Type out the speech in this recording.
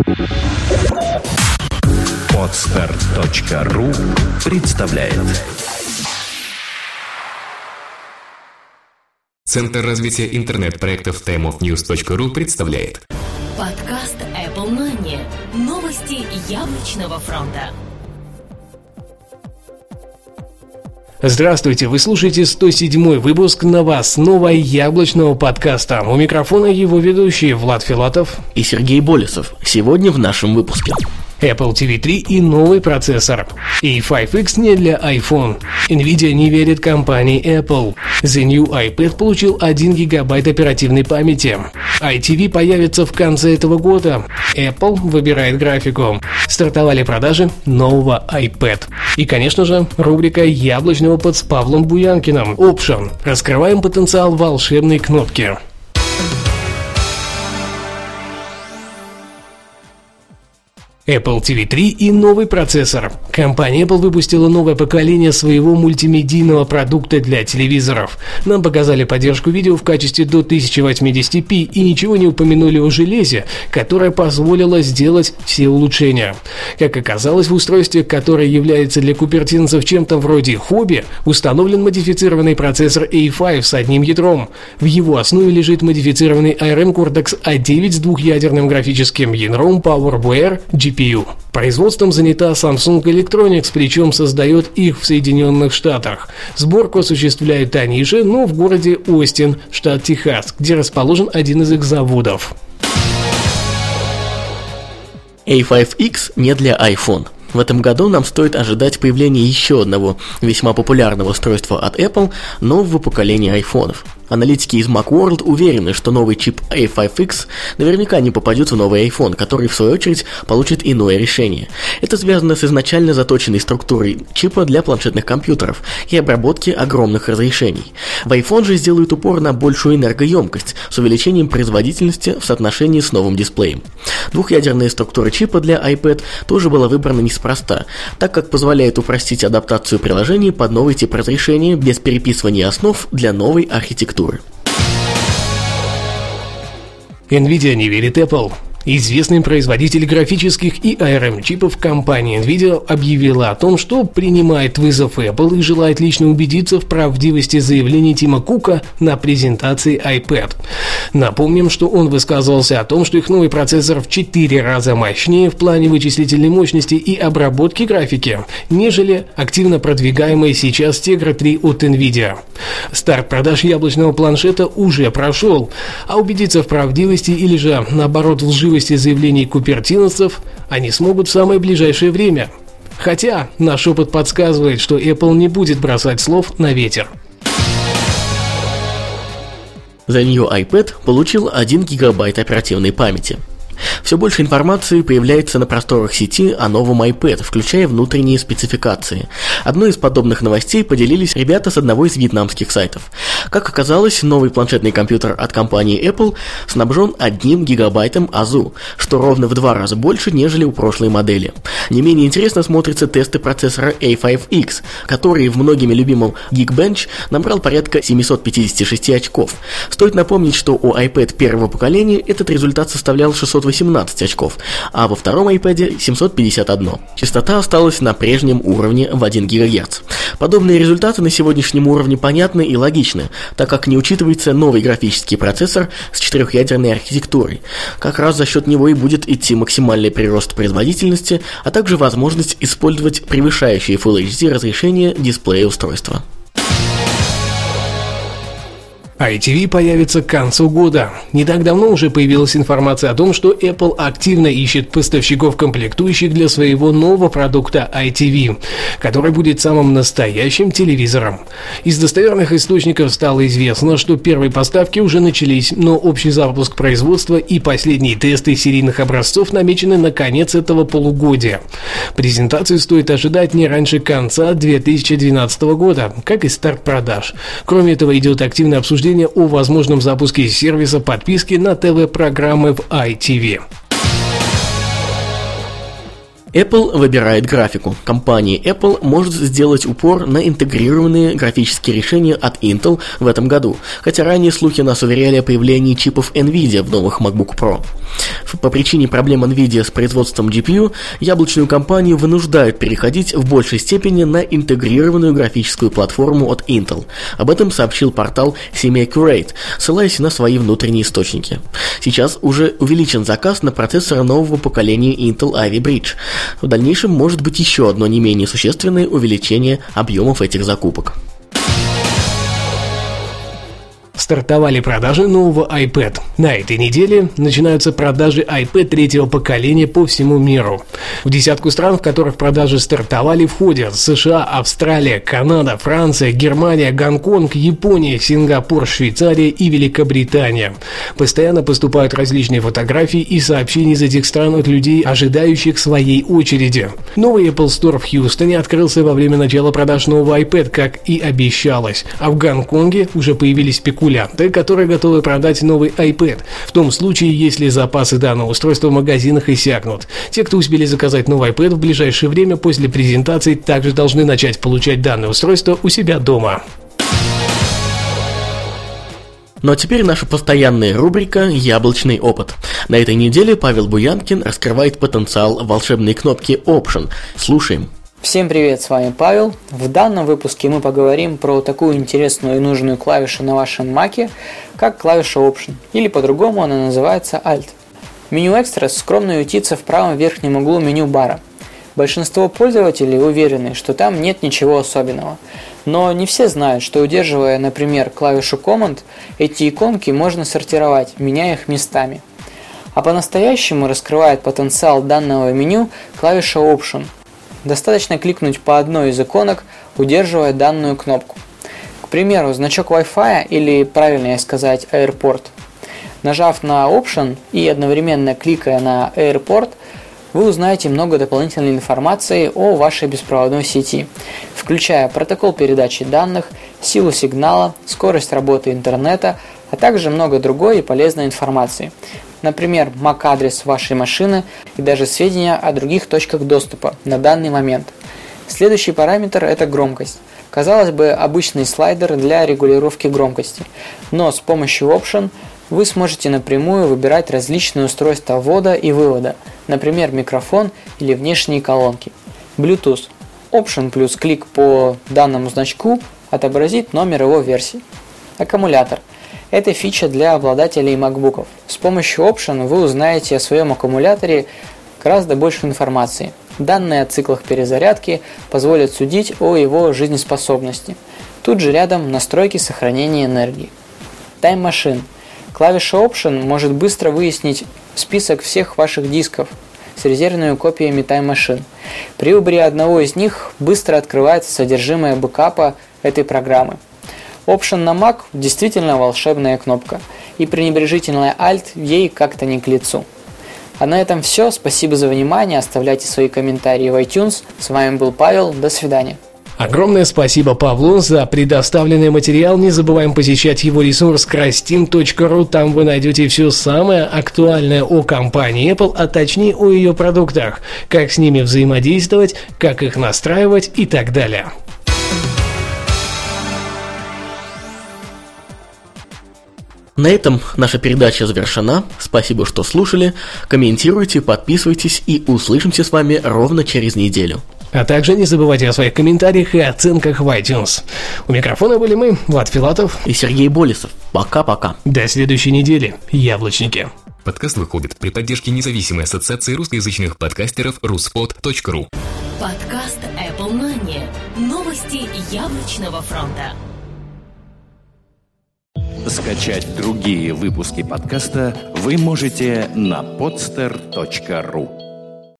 Podstart.ru представляет. Центр развития интернет-проектов timeofnews.ru представляет подкаст Apple Money. Новости яблочного фронта. Здравствуйте, вы слушаете 107-й выпуск новостного яблочного подкаста. У микрофона его ведущие Влад Филатов и Сергей Болесов. Сегодня в нашем выпуске. Apple TV 3 и новый процессор. A5X не для iPhone. Nvidia не верит компании Apple. The New iPad получил 1 гигабайт оперативной памяти. iTV появится в конце этого года. Apple выбирает графику. Стартовали продажи нового iPad. И, конечно же, рубрика «Яблочный опыт» с Павлом Буянкиным. Option. Раскрываем потенциал волшебной кнопки. Apple TV 3 и новый процессор. Компания Apple выпустила новое поколение своего мультимедийного продукта для телевизоров. Нам показали поддержку видео в качестве до 1080p и ничего не упомянули о железе, которое позволило сделать все улучшения. Как оказалось, в устройстве, которое является для купертинцев чем-то вроде хобби, установлен модифицированный процессор A5 с одним ядром. В его основе лежит модифицированный ARM Cortex-A9 с двухъядерным графическим ядром PowerWare GPU. Производством занята Samsung Electronics, причем создает их в Соединенных Штатах. Сборку осуществляют они же, но в городе Остин, штат Техас, где расположен один из их заводов. A5X не для iPhone. В этом году нам стоит ожидать появления еще одного весьма популярного устройства от Apple, нового поколения айфонов. Аналитики из Macworld уверены, что новый чип A5X наверняка не попадет в новый iPhone, который в свою очередь получит иное решение. Это связано с изначально заточенной структурой чипа для планшетных компьютеров и обработки огромных разрешений. В iPhone же сделают упор на большую энергоемкость с увеличением производительности в соотношении с новым дисплеем. Двухъядерная структура чипа для iPad тоже была выбрана неспроста, так как позволяет упростить адаптацию приложений под новый тип разрешения без переписывания основ для новой архитектуры. Nvidia не верит Apple. Известный производитель графических и ARM-чипов компания Nvidia объявила о том, что принимает вызов Apple и желает лично убедиться в правдивости заявлений Тима Кука на презентации iPad. Напомним, что он высказывался о том, что их новый процессор в 4 раза мощнее в плане вычислительной мощности и обработки графики, нежели активно продвигаемый сейчас Tegra 3 от Nvidia. Старт продаж яблочного планшета уже прошел, а убедиться в правдивости или же, наоборот, в лживости заявлений купертиновцев они смогут в самое ближайшее время. Хотя наш опыт подсказывает, что Apple не будет бросать слов на ветер. The New iPad получил 1 гигабайт оперативной памяти. Все больше информации появляется на просторах сети о новом iPad, включая внутренние спецификации. Одной из подобных новостей поделились ребята с одного из вьетнамских сайтов. Как оказалось, новый планшетный компьютер от компании Apple снабжен 1 гигабайтом АЗУ, что ровно в 2 раза больше, нежели у прошлой модели. Не менее интересно смотрятся тесты процессора A5X, который в многими любимом Geekbench набрал порядка 756 очков. Стоит напомнить, что у iPad первого поколения этот результат составлял 618 очков, а во втором iPad 751. Частота осталась на прежнем уровне в 1 ГГц. Подобные результаты на сегодняшнем уровне понятны и логичны, так как не учитывается новый графический процессор с 4-ядерной архитектурой. Как раз за счет него и будет идти максимальный прирост производительности, а также возможность использовать превышающие Full HD разрешение дисплея устройства. iTV появится к концу года. Не так давно уже появилась информация о том, что Apple активно ищет поставщиков комплектующих для своего нового продукта iTV, который будет самым настоящим телевизором. Из достоверных источников стало известно, что первые поставки уже начались, но общий запуск производства и последние тесты серийных образцов намечены на конец этого полугодия. Презентацию стоит ожидать не раньше конца 2012 года, как и старт продаж. Кроме этого, идет активное обсуждение о возможном запуске сервиса подписки на ТВ-программы в iTV. Apple выбирает графику. Компания Apple может сделать упор на интегрированные графические решения от Intel в этом году, хотя ранее слухи нас уверяли о появлении чипов Nvidia в новых MacBook Pro. По причине проблем NVIDIA с производством GPU, яблочную компанию вынуждают переходить в большей степени на интегрированную графическую платформу от Intel. Об этом сообщил портал Semi-Accurate, ссылаясь на свои внутренние источники. Сейчас уже увеличен заказ на процессоры нового поколения Intel Ivy Bridge. В дальнейшем может быть еще одно не менее существенное увеличение объемов этих закупок. Стартовали продажи нового iPad. На этой неделе начинаются продажи iPad третьего поколения по всему миру. В десятку стран, в которых продажи стартовали, входят США, Австралия, Канада, Франция, Германия, Гонконг, Япония, Сингапур, Швейцария и Великобритания. Постоянно поступают различные фотографии и сообщения из этих стран от людей, ожидающих своей очереди. Новый Apple Store в Хьюстоне открылся во время начала продаж нового iPad, как и обещалось. А в Гонконге уже появились спекуляции, которые готовы продать новый iPad, в том случае, если запасы данного устройства в магазинах иссякнут. Те, кто успели заказать новый iPad в ближайшее время после презентации, также должны начать получать данное устройство у себя дома. Ну а теперь наша постоянная рубрика «Яблочный опыт». На этой неделе Павел Буянкин раскрывает потенциал волшебной кнопки Option. Слушаем. Всем привет, с вами Павел. В данном выпуске мы поговорим про такую интересную и нужную клавишу на вашем Маке, как клавиша Option, или по-другому она называется Alt. Меню Extras скромно ютится в правом верхнем углу меню бара. Большинство пользователей уверены, что там нет ничего особенного. Но не все знают, что удерживая, например, клавишу Command, эти иконки можно сортировать, меняя их местами. А по-настоящему раскрывает потенциал данного меню клавиша Option. Достаточно кликнуть по одной из иконок, удерживая данную кнопку. К примеру, значок Wi-Fi или, правильнее сказать, AirPort. Нажав на Option и одновременно кликая на AirPort, вы узнаете много дополнительной информации о вашей беспроводной сети, включая протокол передачи данных, силу сигнала, скорость работы интернета, а также много другой и полезной информации. Например, MAC-адрес вашей машины и даже сведения о других точках доступа на данный момент. Следующий параметр – это громкость. Казалось бы, обычный слайдер для регулировки громкости, но с помощью Option вы сможете напрямую выбирать различные устройства ввода и вывода, например, микрофон или внешние колонки. Bluetooth. Option плюс клик по данному значку отобразит номер его версии. Аккумулятор. Это фича для обладателей MacBook'ов. С помощью Option вы узнаете о своем аккумуляторе гораздо больше информации. Данные о циклах перезарядки позволят судить о его жизнеспособности. Тут же рядом настройки сохранения энергии. Time Machine. Клавиша Option может быстро выяснить список всех ваших дисков с резервными копиями Time Machine. При выборе одного из них быстро открывается содержимое бэкапа этой программы. Option на Mac действительно волшебная кнопка, и пренебрежительная Alt ей как-то не к лицу. А на этом все. Спасибо за внимание. Оставляйте свои комментарии в iTunes. С вами был Павел. До свидания. Огромное спасибо Павлу за предоставленный материал. Не забываем посещать его ресурс krastin.ru. Там вы найдете все самое актуальное о компании Apple, а точнее о ее продуктах, как с ними взаимодействовать, как их настраивать и так далее. На этом наша передача завершена. Спасибо, что слушали. Комментируйте, подписывайтесь и услышимся с вами ровно через неделю. А также не забывайте о своих комментариях и оценках в iTunes. У микрофона были мы, Влад Филатов и Сергей Болесов. Пока-пока. До следующей недели, яблочники. Подкаст выходит при поддержке независимой ассоциации русскоязычных подкастеров ruspod.ru. Подкаст Apple Money. Новости яблочного фронта. Скачать другие выпуски подкаста вы можете на podster.ru.